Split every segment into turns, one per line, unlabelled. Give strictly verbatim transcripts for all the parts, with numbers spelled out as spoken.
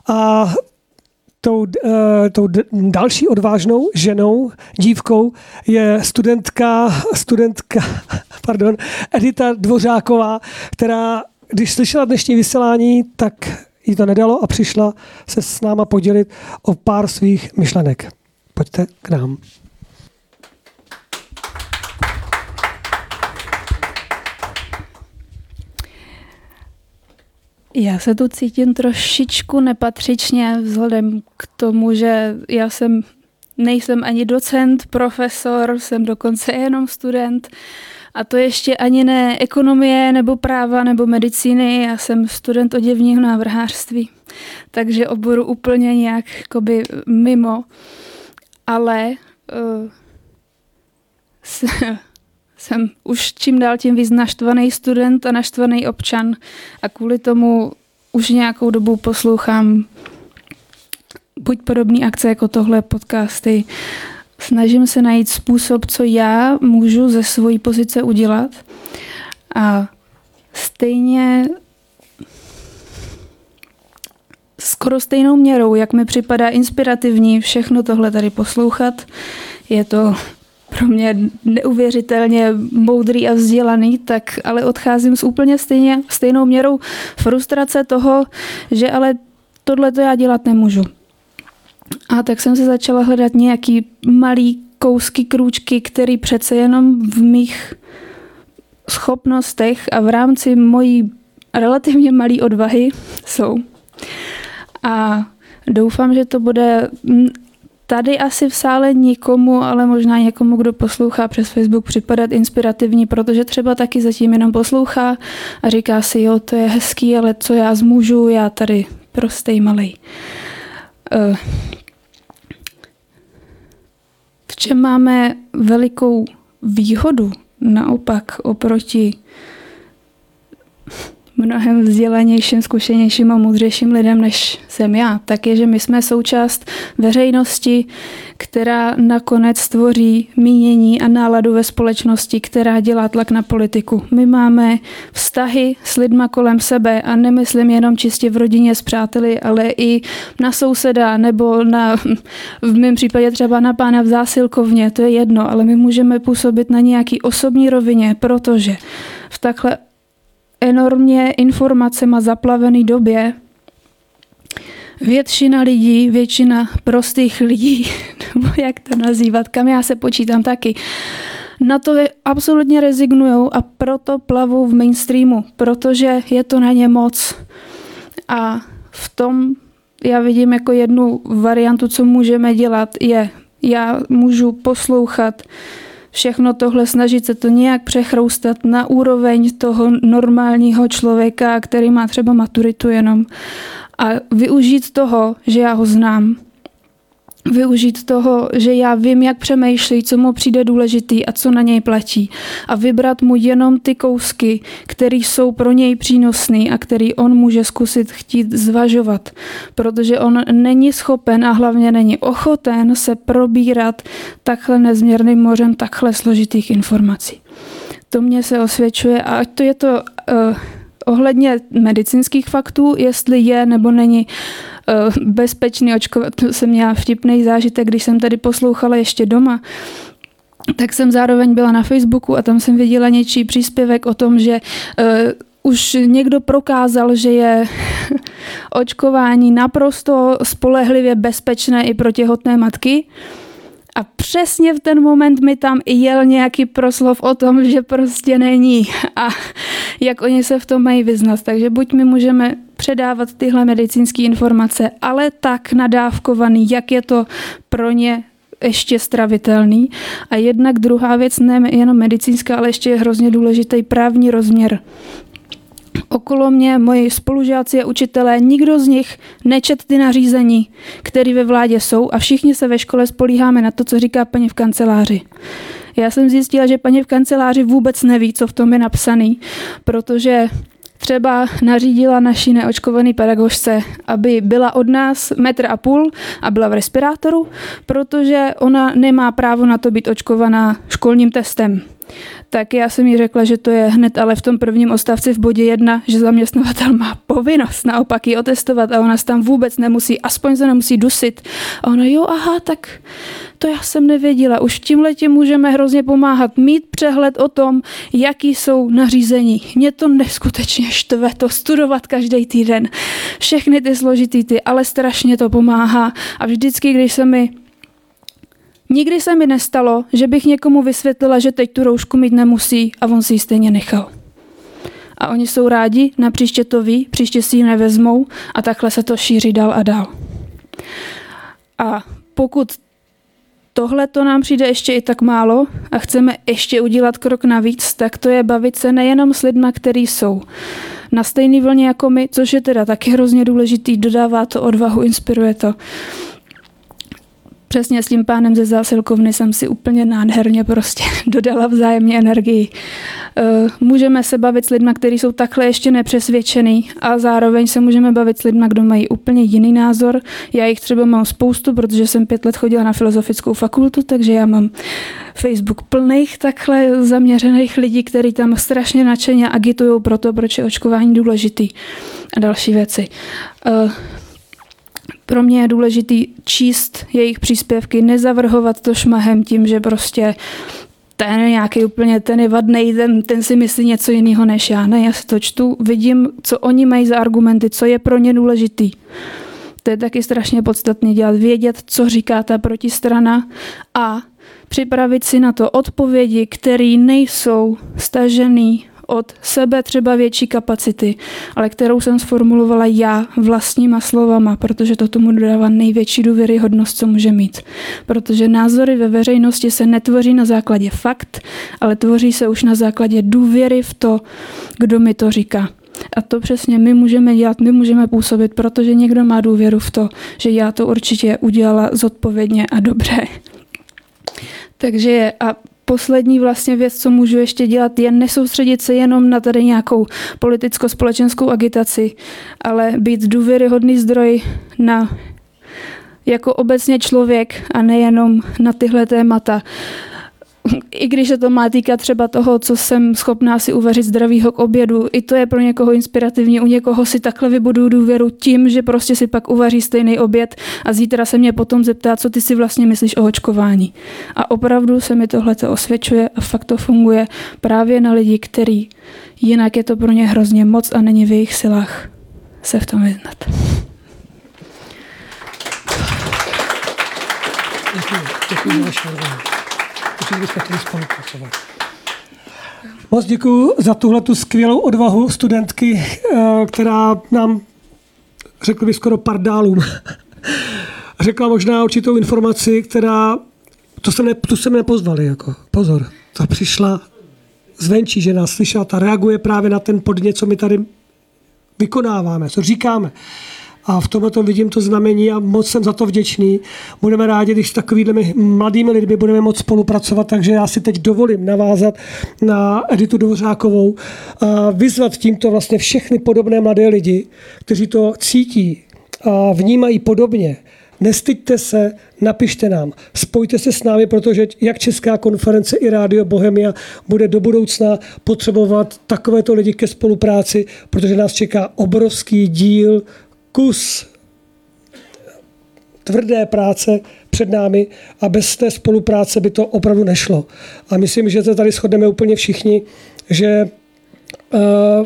A tou, uh, tou d- další odvážnou ženou, dívkou, je studentka, studentka pardon, Edita Dvořáková, která, když slyšela dnešní vysílání, tak jí to nedalo a přišla se s náma podělit o pár svých myšlenek. Pojďte k nám.
Já se tu cítím trošičku nepatřičně vzhledem k tomu, že já jsem nejsem ani docent, profesor, jsem dokonce jenom student. A to ještě ani ne ekonomie, nebo práva, nebo medicíny. Já jsem student oděvního návrhářství. Takže oboru úplně nějak jakoby mimo. Ale uh, jsem už čím dál tím víc naštvaný student a naštvaný občan. A kvůli tomu už nějakou dobu poslouchám buď podobné akce jako tohle podcasty. Snažím se najít způsob, co já můžu ze své pozice udělat. A stejně skoro stejnou měrou, jak mi připadá inspirativní všechno tohle tady poslouchat, je to pro mě neuvěřitelně moudrý a vzdělaný, tak ale odcházím s úplně stejně, stejnou měrou frustrace toho, že ale tohle to já dělat nemůžu. A tak jsem se začala hledat nějaký malý kousky, krůčky, který přece jenom v mých schopnostech a v rámci mojí relativně malé odvahy jsou. A doufám, že to bude tady asi v sále nikomu, ale možná někomu, kdo poslouchá přes Facebook, připadat inspirativní, protože třeba taky zatím jenom poslouchá a říká si, jo, to je hezký, ale co já zmůžu, já tady prostej malej. Uh, v čem máme velikou výhodu naopak oproti mnohem vzdělanějším, zkušenějším a moudřejším lidem, než jsem já, tak je, že my jsme součást veřejnosti, která nakonec tvoří mínění a náladu ve společnosti, která dělá tlak na politiku. My máme vztahy s lidma kolem sebe a nemyslím jenom čistě v rodině s přáteli, ale i na souseda nebo na, v mém případě třeba na pána v zásilkovně, to je jedno, ale my můžeme působit na nějaký osobní rovině, protože v takhle enormně informacema zaplavený době většina lidí, většina prostých lidí, nebo jak to nazývat, kam já se počítám taky, na to absolutně rezignujou a proto plavou v mainstreamu, protože je to na ně moc. A v tom já vidím jako jednu variantu, co můžeme dělat, je, já můžu poslouchat všechno tohle, snažit se to nějak přechroustat na úroveň toho normálního člověka, který má třeba maturitu jenom. A využít toho, že já ho znám. Využít toho, že já vím, jak přemýšlí, co mu přijde důležitý a co na něj platí. A vybrat mu jenom ty kousky, které jsou pro něj přínosný a který on může zkusit chtít zvažovat. Protože on není schopen a hlavně není ochoten se probírat takhle nezměrným mořem takhle složitých informací. To mně se osvědčuje a ať to je to uh, ohledně medicínských faktů, jestli je nebo není uh, bezpečný očkovat. To jsem měla vtipný zážitek, když jsem tady poslouchala ještě doma, tak jsem zároveň byla na Facebooku a tam jsem viděla něčí příspěvek o tom, že uh, už někdo prokázal, že je očkování naprosto spolehlivě bezpečné i pro těhotné matky. A přesně v ten moment mi tam i jel nějaký proslov o tom, že prostě není a jak oni se v tom mají vyznat. Takže buď my můžeme předávat tyhle medicínské informace, ale tak nadávkovaný, jak je to pro ně ještě stravitelný. A jednak druhá věc, ne jenom medicínská, ale ještě je hrozně důležitý právní rozměr. Okolo mě moji spolužáci a učitelé, nikdo z nich nečet ty nařízení, které ve vládě jsou a všichni se ve škole spolíháme na to, co říká paní v kanceláři. Já jsem zjistila, že paní v kanceláři vůbec neví, co v tom je napsaný, protože třeba nařídila naší neočkované pedagožce, aby byla od nás metr a půl a byla v respirátoru, protože ona nemá právo na to být očkovaná školním testem. tak já jsem jí řekla, že to je hned ale v tom prvním odstavci v bodě jedna, že zaměstnavatel má povinnost naopak ji otestovat a ona se tam vůbec nemusí, aspoň se nemusí dusit. A ona, jo, aha, tak to já jsem nevěděla. Už tímhletím můžeme hrozně pomáhat, mít přehled o tom, jaký jsou nařízení. Mě to neskutečně štve to studovat každý týden. Všechny ty složitý ty, ale strašně to pomáhá. A vždycky, když se mi Nikdy se mi nestalo, že bych někomu vysvětlila, že teď tu roušku mít nemusí a on si ji stejně nechal. A oni jsou rádi, na příště to ví, příště si ji nevezmou a takhle se to šíří dál a dál. A pokud tohle to nám přijde ještě i tak málo a chceme ještě udělat krok navíc, tak to je bavit se nejenom s lidma, kteří jsou na stejné vlně jako my, což je teda taky hrozně důležitý, dodává to odvahu, inspiruje to. Přesně s tím pánem ze zásilkovny jsem si úplně nádherně prostě dodala vzájemně energii. Můžeme se bavit s lidmi, kteří jsou takhle ještě nepřesvědčený a zároveň se můžeme bavit s lidmi, kdo mají úplně jiný názor. Já jich třeba mám spoustu, protože jsem pět let chodila na filozofickou fakultu, takže já mám Facebook plných takhle zaměřených lidí, kteří tam strašně nadšeně agitují pro to, proč je očkování důležitý a další věci. Pro mě je důležitý číst jejich příspěvky, nezavrhovat to šmahem tím, že prostě ten je nějaký úplně, ten je vadnej, ten, ten si myslí něco jiného než já. Ne, já si to čtu, vidím, co oni mají za argumenty, co je pro ně důležitý. To je taky strašně podstatné dělat, vědět, co říká ta protistrana a připravit si na to odpovědi, které nejsou stažený od sebe třeba větší kapacity, ale kterou jsem sformulovala já vlastníma slovama, protože to tomu dodává největší důvěryhodnost, co může mít. Protože názory ve veřejnosti se netvoří na základě fakt, ale tvoří se už na základě důvěry v to, kdo mi to říká. A to přesně my můžeme dělat, my můžeme působit, protože někdo má důvěru v to, že já to určitě udělala zodpovědně a dobře. Takže je a poslední vlastně věc, co můžu ještě dělat, je nesoustředit se jenom na tady nějakou politicko-společenskou agitaci, ale být důvěryhodný zdroj na, jako obecně člověk a nejenom na tyhle témata. I když se to má týkat třeba toho, co jsem schopná si uvařit zdravýho k obědu, i to je pro někoho inspirativní, u někoho si takhle vybuduju důvěru tím, že prostě si pak uvaří stejný oběd a zítra se mě potom zeptá, co ty si vlastně myslíš o očkování. A opravdu se mi tohleto osvědčuje a fakt to funguje právě na lidi, který jinak je to pro ně hrozně moc a není v jejich silách se v tom vyznat.
Děkuji, děkuji za vaši organizaci. Určitě bychom chtěli spolupracovat. Moc děkuji za tuhletu skvělou odvahu studentky, která nám, řekl bych skoro pardálům, řekla možná určitou informaci, která, to jsem, ne, tu jsem nepozvali, jako pozor, ta přišla zvenčí, že nás slyšela, ta reaguje právě na ten podnět, co my tady vykonáváme, co říkáme. A v tomhle tom vidím to znamení a moc jsem za to vděčný. Budeme rádi, když s takovými mladými lidmi budeme moct spolupracovat, takže já si teď dovolím navázat na Editu Dvořákovou a vyzvat tímto vlastně všechny podobné mladé lidi, kteří to cítí a vnímají podobně. Nestyďte se, napište nám, spojte se s námi, protože jak Česká konference i Rádio Bohemia bude do budoucna potřebovat takovéto lidi ke spolupráci, protože nás čeká obrovský díl, kus tvrdé práce před námi a bez té spolupráce by to opravdu nešlo. A myslím, že se tady shodneme úplně všichni, že uh,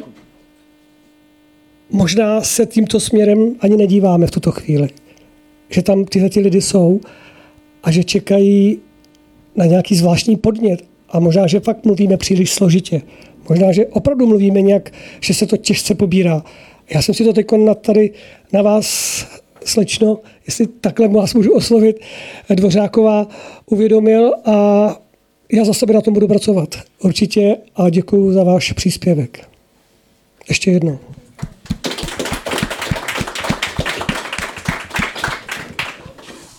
možná se tímto směrem ani nedíváme v tuto chvíli. Že tam tyhle ty lidi jsou a že čekají na nějaký zvláštní podnět a možná, že fakt mluvíme příliš složitě. Možná, že opravdu mluvíme nějak, že se to těžce pobírá. Já jsem si to teď tady na vás, slečno, jestli takhle vás můžu oslovit, Dvořáková, uvědomil a já za sebe na tom budu pracovat. Určitě a děkuji za váš příspěvek. Ještě jednou.